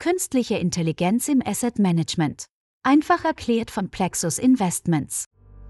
Künstliche Intelligenz im Asset Management. Einfach erklärt von Plexus Investments.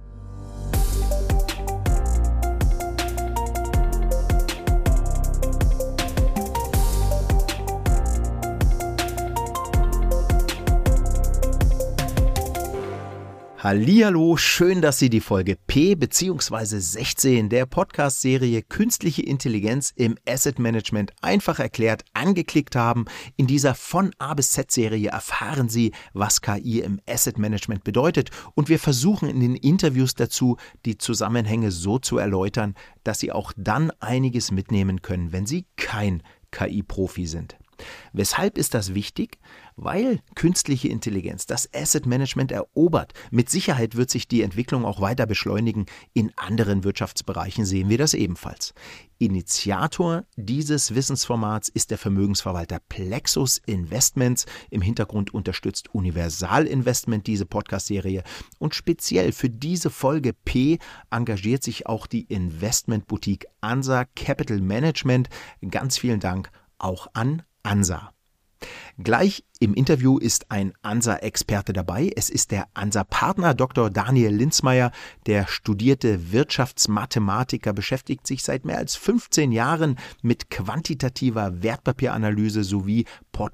Hallihallo, schön, dass Sie die Folge P bzw. 16 der Podcast-Serie Künstliche Intelligenz im Asset Management einfach erklärt angeklickt haben. In dieser von A bis Z-Serie erfahren Sie, was KI im Asset Management bedeutet, und wir versuchen in den Interviews dazu, die Zusammenhänge so zu erläutern, dass Sie auch dann einiges mitnehmen können, wenn Sie kein KI-Profi sind. Weshalb ist das wichtig? Weil künstliche Intelligenz das Asset Management erobert. Mit Sicherheit wird sich die Entwicklung auch weiter beschleunigen. In anderen Wirtschaftsbereichen sehen wir das ebenfalls. Initiator dieses Wissensformats ist der Vermögensverwalter Plexus Investments. Im Hintergrund unterstützt Universal Investment diese Podcast-Serie. Und speziell für diese Folge P engagiert sich auch die Investmentboutique Ansa Capital Management. Ganz vielen Dank auch an Ansa. Gleich im Interview ist ein Ansa-Experte dabei. Es ist der Ansa-Partner Dr. Daniel Linzmeier. Der studierte Wirtschaftsmathematiker beschäftigt sich seit mehr als 15 Jahren mit quantitativer Wertpapieranalyse sowie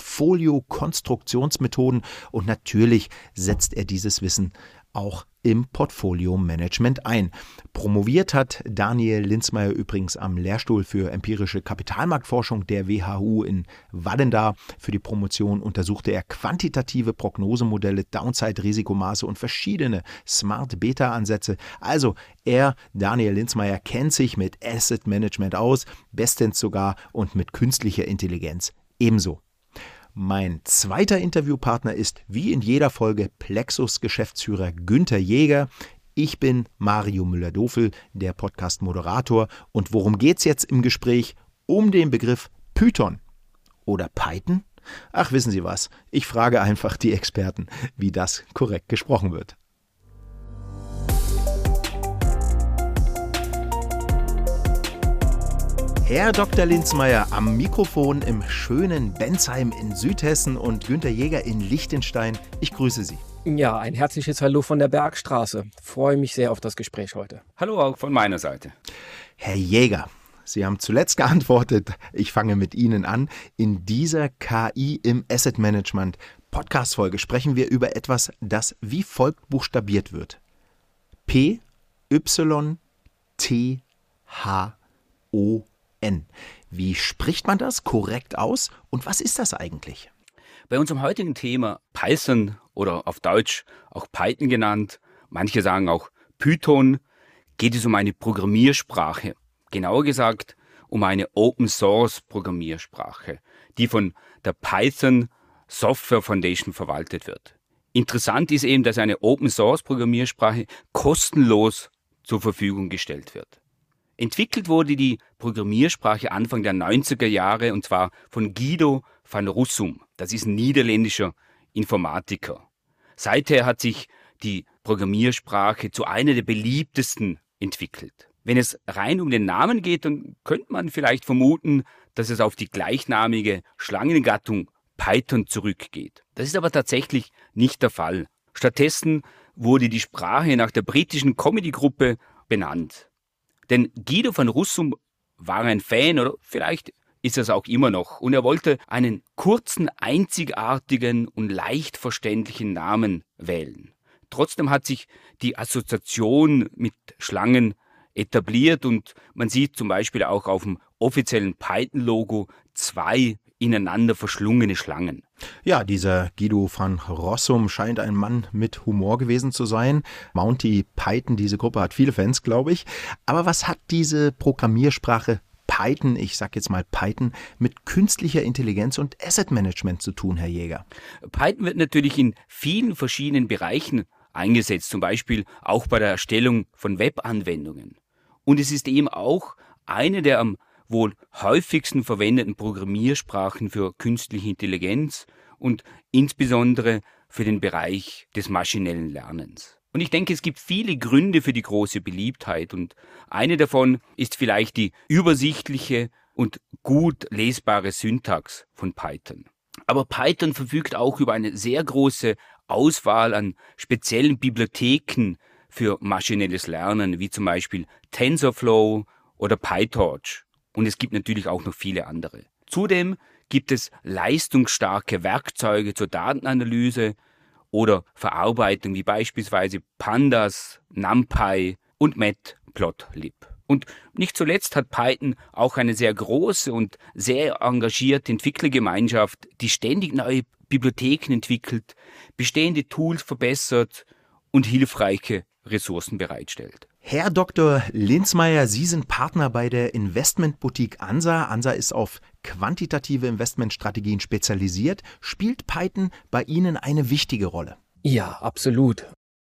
Portfolio-Konstruktionsmethoden, und natürlich setzt er dieses Wissen auch im Portfolio-Management ein. Promoviert hat Daniel Linzmeier übrigens am Lehrstuhl für empirische Kapitalmarktforschung der WHU in Wallendar. Für die Promotion untersuchte er quantitative Prognosemodelle, Downside-Risikomaße und verschiedene Smart-Beta-Ansätze. Also Daniel Linzmeier, kennt sich mit Asset Management aus, bestens sogar, und mit künstlicher Intelligenz ebenso. Mein zweiter Interviewpartner ist wie in jeder Folge Plexus-Geschäftsführer Günther Jäger. Ich bin Mario Müller-Dofel, der Podcast-Moderator. Und worum geht's jetzt im Gespräch? Um den Begriff Python oder Python? Ach, wissen Sie was? Ich frage einfach die Experten, wie das korrekt gesprochen wird. Herr Dr. Linzmeier am Mikrofon im schönen Bensheim in Südhessen und Günther Jäger in Liechtenstein. Ich grüße Sie. Ja, ein herzliches Hallo von der Bergstraße. Freue mich sehr auf das Gespräch heute. Hallo auch von meiner Seite. Herr Jäger, Sie haben zuletzt geantwortet, ich fange mit Ihnen an. In dieser KI im Asset Management Podcast-Folge sprechen wir über etwas, das wie folgt buchstabiert wird. P, Y, T, H, O, N. Wie spricht man das korrekt aus und was ist das eigentlich? Bei unserem heutigen Thema Python oder auf Deutsch auch Python genannt, manche sagen auch Python, geht es um eine Programmiersprache. Genauer gesagt um eine Open-Source-Programmiersprache, die von der Python Software Foundation verwaltet wird. Interessant ist eben, dass eine Open-Source-Programmiersprache kostenlos zur Verfügung gestellt wird. Entwickelt wurde die Programmiersprache Anfang der 90er Jahre und zwar von Guido van Rossum. Das ist ein niederländischer Informatiker. Seither hat sich die Programmiersprache zu einer der beliebtesten entwickelt. Wenn es rein um den Namen geht, dann könnte man vielleicht vermuten, dass es auf die gleichnamige Schlangengattung Python zurückgeht. Das ist aber tatsächlich nicht der Fall. Stattdessen wurde die Sprache nach der britischen Comedy-Gruppe benannt. Denn Guido van Rossum war ein Fan, oder vielleicht ist es auch immer noch, und er wollte einen kurzen, einzigartigen und leicht verständlichen Namen wählen. Trotzdem hat sich die Assoziation mit Schlangen etabliert und man sieht zum Beispiel auch auf dem offiziellen Python-Logo 2 ineinander verschlungene Schlangen. Ja, dieser Guido van Rossum scheint ein Mann mit Humor gewesen zu sein. Monty Python, diese Gruppe hat viele Fans, glaube ich. Aber was hat diese Programmiersprache Python, ich sage jetzt mal Python, mit künstlicher Intelligenz und Asset Management zu tun, Herr Jäger? Python wird natürlich in vielen verschiedenen Bereichen eingesetzt, zum Beispiel auch bei der Erstellung von Webanwendungen. Und es ist eben auch eine der am wohl häufigsten verwendeten Programmiersprachen für künstliche Intelligenz und insbesondere für den Bereich des maschinellen Lernens. Und ich denke, es gibt viele Gründe für die große Beliebtheit und eine davon ist vielleicht die übersichtliche und gut lesbare Syntax von Python. Aber Python verfügt auch über eine sehr große Auswahl an speziellen Bibliotheken für maschinelles Lernen, wie zum Beispiel TensorFlow oder PyTorch. Und es gibt natürlich auch noch viele andere. Zudem gibt es leistungsstarke Werkzeuge zur Datenanalyse oder Verarbeitung, wie beispielsweise Pandas, NumPy und Matplotlib. Und nicht zuletzt hat Python auch eine sehr große und sehr engagierte Entwicklergemeinschaft, die ständig neue Bibliotheken entwickelt, bestehende Tools verbessert und hilfreiche Ressourcen bereitstellt. Herr Dr. Linzmeier, Sie sind Partner bei der Investmentboutique ANSA. ANSA ist auf quantitative Investmentstrategien spezialisiert. Spielt Python bei Ihnen eine wichtige Rolle? Ja, absolut.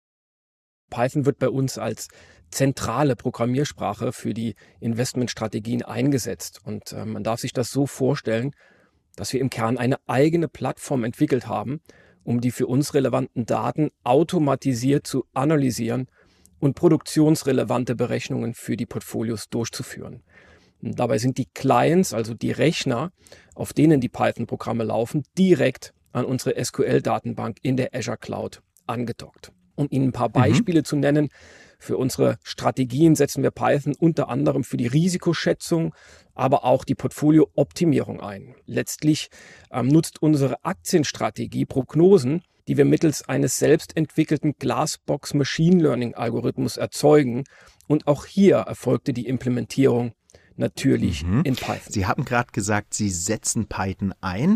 Python wird bei uns als zentrale Programmiersprache für die Investmentstrategien eingesetzt. Und man darf sich das so vorstellen, dass wir im Kern eine eigene Plattform entwickelt haben, um die für uns relevanten Daten automatisiert zu analysieren und produktionsrelevante Berechnungen für die Portfolios durchzuführen. Und dabei sind die Clients, also die Rechner, auf denen die Python-Programme laufen, direkt an unsere SQL-Datenbank in der Azure Cloud angedockt. Um Ihnen ein paar Beispiele zu nennen, für unsere Strategien setzen wir Python unter anderem für die Risikoschätzung, aber auch die Portfoliooptimierung ein. Letztlich nutzt unsere Aktienstrategie Prognosen, die wir mittels eines selbstentwickelten Glassbox Machine Learning Algorithmus erzeugen. Und auch hier erfolgte die Implementierung natürlich in Python. Sie haben gerade gesagt, Sie setzen Python ein.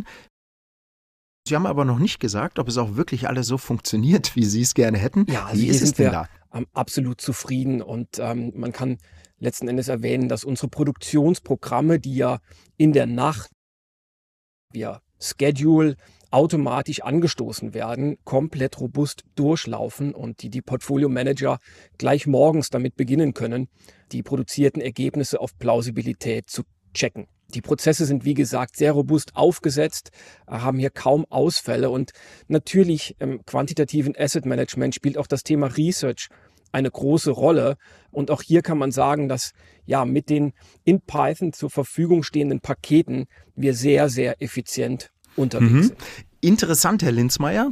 Sie haben aber noch nicht gesagt, ob es auch wirklich alles so funktioniert, wie Sie es gerne hätten. Ja, also wie ist es denn da? Absolut zufrieden und man kann letzten Endes erwähnen, dass unsere Produktionsprogramme, die ja in der Nacht via Schedule automatisch angestoßen werden, komplett robust durchlaufen und die Portfolio-Manager gleich morgens damit beginnen können, die produzierten Ergebnisse auf Plausibilität zu checken. Die Prozesse sind, wie gesagt, sehr robust aufgesetzt, haben hier kaum Ausfälle und natürlich im quantitativen Asset Management spielt auch das Thema Research eine große Rolle. Und auch hier kann man sagen, dass ja mit den in Python zur Verfügung stehenden Paketen wir sehr, sehr effizient unterwegs sind. Interessant, Herr Linzmeier.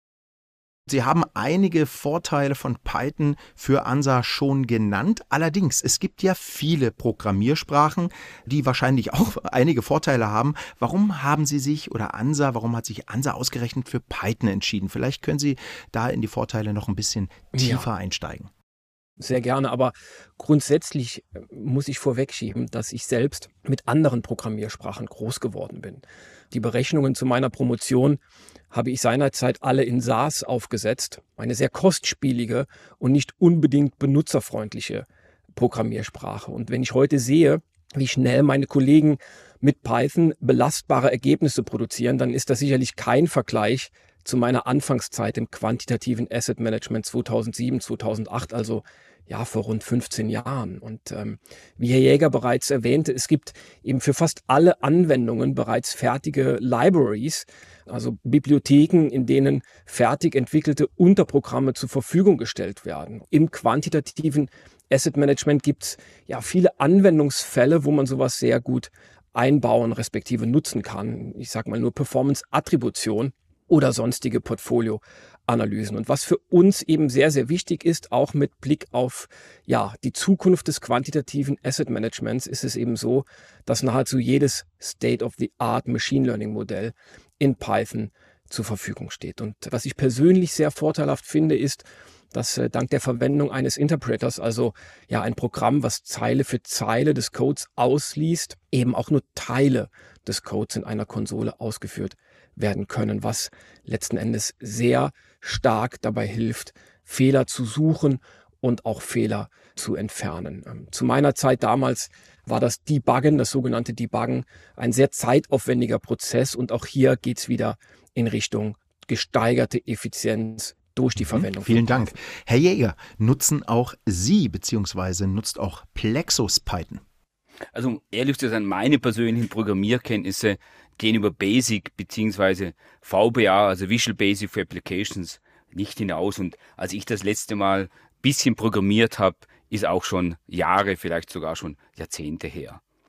Sie haben einige Vorteile von Python für ANSA schon genannt. Allerdings, es gibt ja viele Programmiersprachen, die wahrscheinlich auch einige Vorteile haben. Warum haben Sie sich warum hat sich ANSA ausgerechnet für Python entschieden? Vielleicht können Sie da in die Vorteile noch ein bisschen tiefer einsteigen. Sehr gerne, aber grundsätzlich muss ich vorwegschieben, dass ich selbst mit anderen Programmiersprachen groß geworden bin. Die Berechnungen zu meiner Promotion habe ich seinerzeit alle in SAS aufgesetzt. Eine sehr kostspielige und nicht unbedingt benutzerfreundliche Programmiersprache. Und wenn ich heute sehe, wie schnell meine Kollegen mit Python belastbare Ergebnisse produzieren, dann ist das sicherlich kein Vergleich zu meiner Anfangszeit im quantitativen Asset Management 2007, 2008, also ja vor rund 15 Jahren. Und wie Herr Jäger bereits erwähnte, es gibt eben für fast alle Anwendungen bereits fertige Libraries, also Bibliotheken, in denen fertig entwickelte Unterprogramme zur Verfügung gestellt werden. Im quantitativen Asset Management gibt es ja viele Anwendungsfälle, wo man sowas sehr gut einbauen respektive nutzen kann. Ich sage mal nur Performance-Attribution oder sonstige Portfolioanalysen. Und was für uns eben sehr, sehr wichtig ist, auch mit Blick auf die Zukunft des quantitativen Asset Managements, ist es eben so, dass nahezu jedes State-of-the-Art Machine Learning Modell in Python zur Verfügung steht. Und was ich persönlich sehr vorteilhaft finde, ist, dass dank der Verwendung eines Interpreters, also ein Programm, was Zeile für Zeile des Codes ausliest, eben auch nur Teile des Codes in einer Konsole ausgeführt werden können, was letzten Endes sehr stark dabei hilft, Fehler zu suchen und auch Fehler zu entfernen. Zu meiner Zeit damals war das Debuggen, das sogenannte Debuggen, ein sehr zeitaufwendiger Prozess und auch hier geht es wieder in Richtung gesteigerte Effizienz durch die Verwendung. Vielen Dank. Herr Jäger, nutzen auch Sie bzw. nutzt auch Plexus Python? Also um ehrlich zu sein, meine persönlichen Programmierkenntnisse gehen über Basic bzw. VBA, also Visual Basic for Applications, nicht hinaus. Und als ich das letzte Mal ein bisschen programmiert habe, ist auch schon Jahre, vielleicht sogar schon Jahrzehnte her.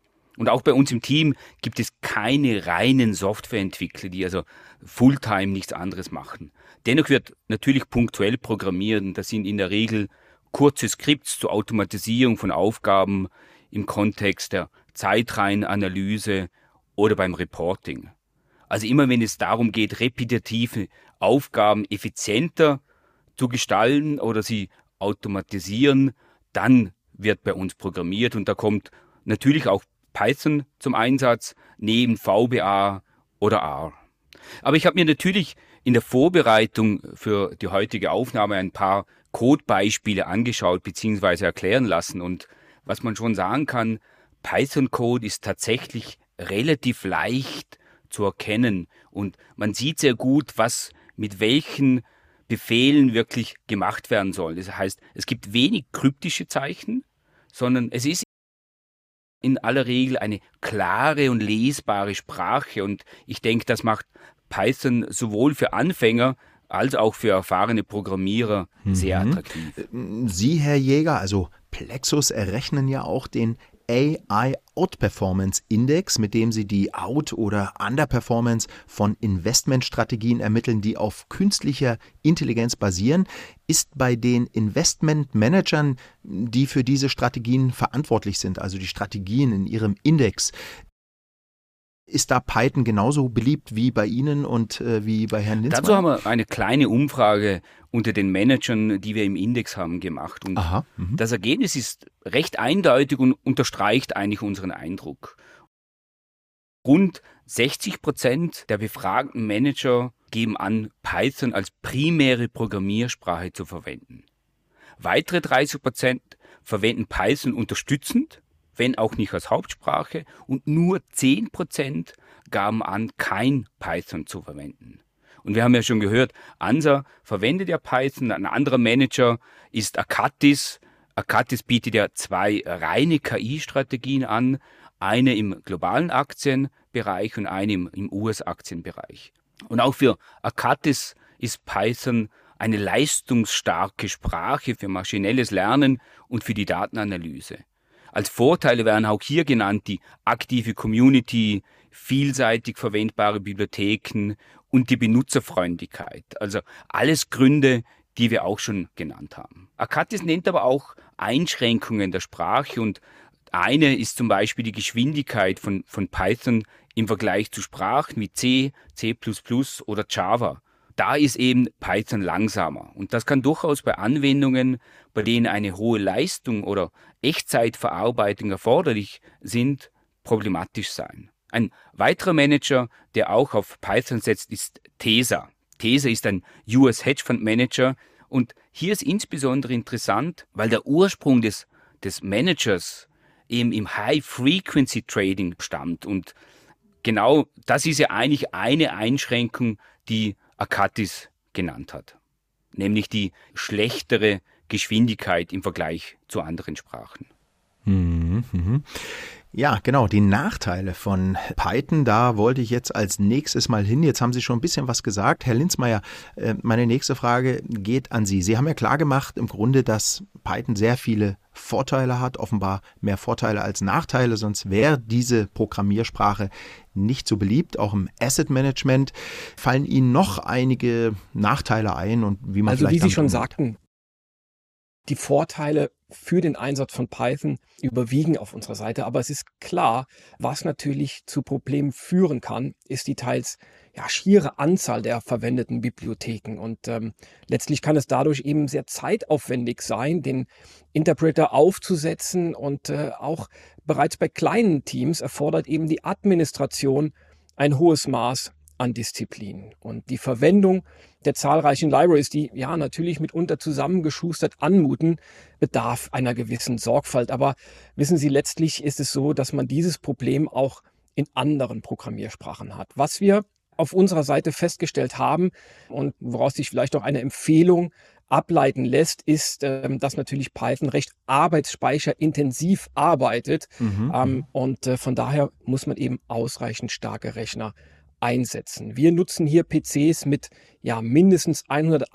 Und auch bei uns im Team gibt es keine reinen Softwareentwickler, die also Fulltime nichts anderes machen. Dennoch wird natürlich punktuell programmiert und das sind in der Regel kurze Skripts zur Automatisierung von Aufgaben im Kontext der Zeitreihenanalyse oder beim Reporting. Also immer wenn es darum geht, repetitive Aufgaben effizienter zu gestalten oder sie automatisieren, dann wird bei uns programmiert und da kommt natürlich auch Python zum Einsatz, neben VBA oder R. Aber ich habe mir natürlich in der Vorbereitung für die heutige Aufnahme ein paar Codebeispiele angeschaut bzw. erklären lassen. Und was man schon sagen kann, Python-Code ist tatsächlich relativ leicht zu erkennen. Und man sieht sehr gut, was mit welchen Befehlen wirklich gemacht werden soll. Das heißt, es gibt wenig kryptische Zeichen, sondern es ist in aller Regel eine klare und lesbare Sprache. Und ich denke, das macht Python sowohl für Anfänger als auch für erfahrene Programmierer sehr attraktiv. Sie, Herr Jäger, also Plexus errechnen ja auch den AI Outperformance Index, mit dem Sie die Out- oder Underperformance von Investmentstrategien ermitteln, die auf künstlicher Intelligenz basieren. Ist bei den Investmentmanagern, die für diese Strategien verantwortlich sind, also die Strategien in Ihrem Index, ist da Python genauso beliebt wie bei Ihnen und wie bei Herrn Linzmeier? Dazu haben wir eine kleine Umfrage unter den Managern, die wir im Index haben, gemacht. Und das Ergebnis ist recht eindeutig und unterstreicht eigentlich unseren Eindruck. Rund 60% der befragten Manager geben an, Python als primäre Programmiersprache zu verwenden. Weitere 30% verwenden Python unterstützend, wenn auch nicht als Hauptsprache, und nur 10% gaben an, kein Python zu verwenden. Und wir haben ja schon gehört, Ansa verwendet ja Python, ein anderer Manager ist Akatis. Akatis bietet ja 2 reine KI-Strategien an, eine im globalen Aktienbereich und eine im US-Aktienbereich. Und auch für Akatis ist Python eine leistungsstarke Sprache für maschinelles Lernen und für die Datenanalyse. Als Vorteile werden auch hier genannt die aktive Community, vielseitig verwendbare Bibliotheken und die Benutzerfreundlichkeit. Also alles Gründe, die wir auch schon genannt haben. Akatis nennt aber auch Einschränkungen der Sprache und eine ist zum Beispiel die Geschwindigkeit von Python im Vergleich zu Sprachen wie C, C++ oder Java. Da ist eben Python langsamer und das kann durchaus bei Anwendungen, bei denen eine hohe Leistung oder Echtzeitverarbeitung erforderlich sind, problematisch sein. Ein weiterer Manager, der auch auf Python setzt, ist Tesa. Tesa ist ein US Hedge Fund Manager und hier ist insbesondere interessant, weil der Ursprung des Managers eben im High-Frequency-Trading stammt und genau das ist ja eigentlich eine Einschränkung, die Akatis genannt hat, nämlich die schlechtere Geschwindigkeit im Vergleich zu anderen Sprachen. Ja, genau, die Nachteile von Python, da wollte ich jetzt als nächstes mal hin. Jetzt haben Sie schon ein bisschen was gesagt. Herr Linzmeier, meine nächste Frage geht an Sie. Sie haben ja klar gemacht im Grunde, dass Python sehr viele Vorteile hat, offenbar mehr Vorteile als Nachteile, sonst wäre diese Programmiersprache nicht so beliebt. Auch im Asset Management fallen Ihnen noch einige Nachteile ein und wie man vielleicht wie Sie schon sagten, die Vorteile für den Einsatz von Python überwiegen auf unserer Seite. Aber es ist klar, was natürlich zu Problemen führen kann, ist die teils schiere Anzahl der verwendeten Bibliotheken. Und letztlich kann es dadurch eben sehr zeitaufwendig sein, den Interpreter aufzusetzen. Und auch bereits bei kleinen Teams erfordert eben die Administration ein hohes Maß an Disziplin. Und die Verwendung der zahlreichen Libraries, die natürlich mitunter zusammengeschustert anmuten, bedarf einer gewissen Sorgfalt. Aber wissen Sie, letztlich ist es so, dass man dieses Problem auch in anderen Programmiersprachen hat. Was wir auf unserer Seite festgestellt haben und woraus sich vielleicht auch eine Empfehlung ableiten lässt, ist, dass natürlich Python recht arbeitsspeicherintensiv arbeitet. Und von daher muss man eben ausreichend starke Rechner einsetzen. Wir nutzen hier PCs mit mindestens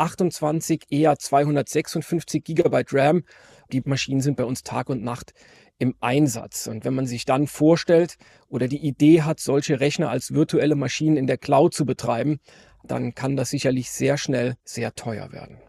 128, eher 256 GB RAM. Die Maschinen sind bei uns Tag und Nacht im Einsatz. Und wenn man sich dann vorstellt oder die Idee hat, solche Rechner als virtuelle Maschinen in der Cloud zu betreiben, dann kann das sicherlich sehr schnell sehr teuer werden.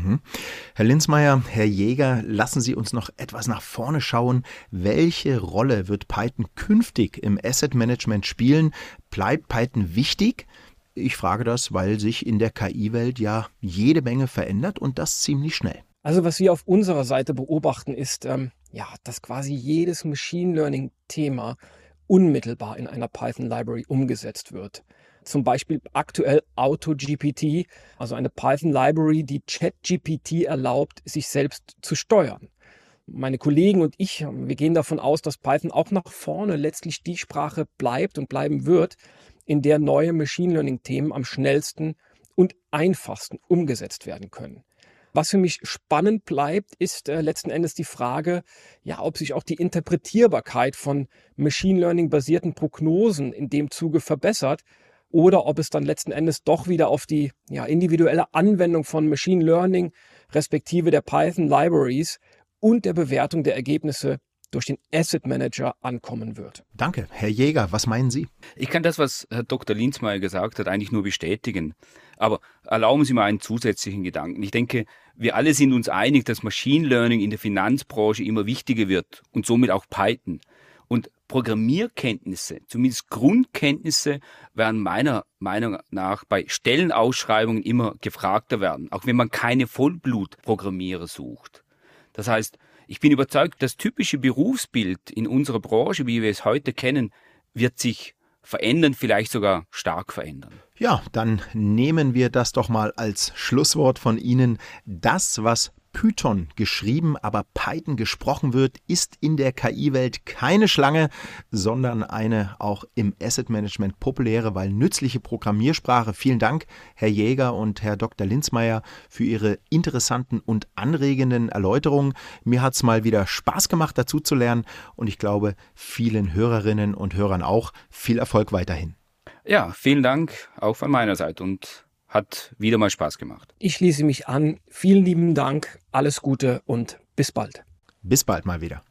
Herr Linzmeier, Herr Jäger, lassen Sie uns noch etwas nach vorne schauen. Welche Rolle wird Python künftig im Asset Management spielen? Bleibt Python wichtig? Ich frage das, weil sich in der KI-Welt ja jede Menge verändert und das ziemlich schnell. Also was wir auf unserer Seite beobachten ist, dass quasi jedes Machine Learning-Thema unmittelbar in einer Python-Library umgesetzt wird. Zum Beispiel aktuell AutoGPT, also eine Python-Library, die ChatGPT erlaubt, sich selbst zu steuern. Meine Kollegen und ich, wir gehen davon aus, dass Python auch nach vorne letztlich die Sprache bleibt und bleiben wird, in der neue Machine Learning-Themen am schnellsten und einfachsten umgesetzt werden können. Was für mich spannend bleibt, ist letzten Endes die Frage, ob sich auch die Interpretierbarkeit von Machine Learning-basierten Prognosen in dem Zuge verbessert oder ob es dann letzten Endes doch wieder auf die individuelle Anwendung von Machine Learning respektive der Python Libraries und der Bewertung der Ergebnisse durch den Asset Manager ankommen wird. Danke. Herr Jäger, was meinen Sie? Ich kann das, was Herr Dr. Linzmeier gesagt hat, eigentlich nur bestätigen. Aber erlauben Sie mal einen zusätzlichen Gedanken. Ich denke, wir alle sind uns einig, dass Machine Learning in der Finanzbranche immer wichtiger wird und somit auch Python. Und Programmierkenntnisse, zumindest Grundkenntnisse, werden meiner Meinung nach bei Stellenausschreibungen immer gefragter werden, auch wenn man keine Vollblutprogrammierer sucht. Das heißt, ich bin überzeugt, das typische Berufsbild in unserer Branche, wie wir es heute kennen, wird sich verändern, vielleicht sogar stark verändern. Ja, dann nehmen wir das doch mal als Schlusswort von Ihnen. Das, was Python geschrieben, aber Python gesprochen wird, ist in der KI-Welt keine Schlange, sondern eine auch im Asset Management populäre, weil nützliche Programmiersprache. Vielen Dank, Herr Jäger und Herr Dr. Linzmeier, für Ihre interessanten und anregenden Erläuterungen. Mir hat es mal wieder Spaß gemacht, dazu zu lernen und ich glaube, vielen Hörerinnen und Hörern auch. Viel Erfolg weiterhin. Ja, vielen Dank auch von meiner Seite und hat wieder mal Spaß gemacht. Ich schließe mich an. Vielen lieben Dank, alles Gute und bis bald. Bis bald mal wieder.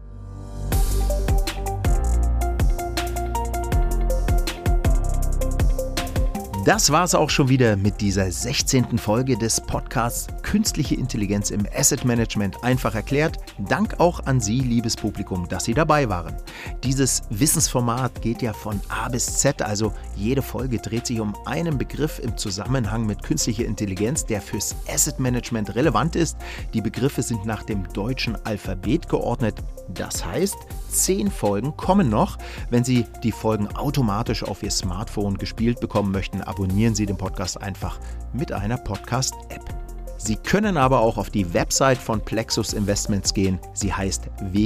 Das war es auch schon wieder mit dieser 16. Folge des Podcasts Künstliche Intelligenz im Asset Management einfach erklärt. Dank auch an Sie, liebes Publikum, dass Sie dabei waren. Dieses Wissensformat geht ja von A bis Z, also jede Folge dreht sich um einen Begriff im Zusammenhang mit künstlicher Intelligenz, der fürs Asset Management relevant ist. Die Begriffe sind nach dem deutschen Alphabet geordnet. Das heißt, 10 Folgen kommen noch. Wenn Sie die Folgen automatisch auf Ihr Smartphone gespielt bekommen möchten, abonnieren Sie den Podcast einfach mit einer Podcast-App. Sie können aber auch auf die Website von Plexus Investments gehen. Sie heißt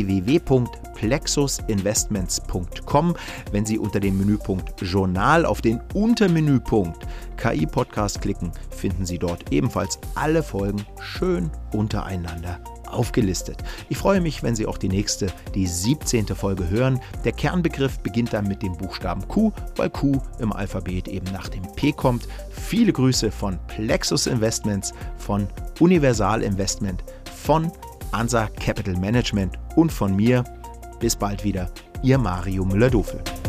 www.plexusinvestments.com. Wenn Sie unter dem Menüpunkt Journal auf den Untermenüpunkt KI-Podcast klicken, finden Sie dort ebenfalls alle Folgen schön untereinander aufgelistet. Ich freue mich, wenn Sie auch die 17. Folge hören. Der Kernbegriff beginnt dann mit dem Buchstaben Q, weil Q im Alphabet eben nach dem P kommt. Viele Grüße von Plexus Investments, von Universal Investment, von Ansa Capital Management und von mir. Bis bald wieder, Ihr Mario Müller-Dofel.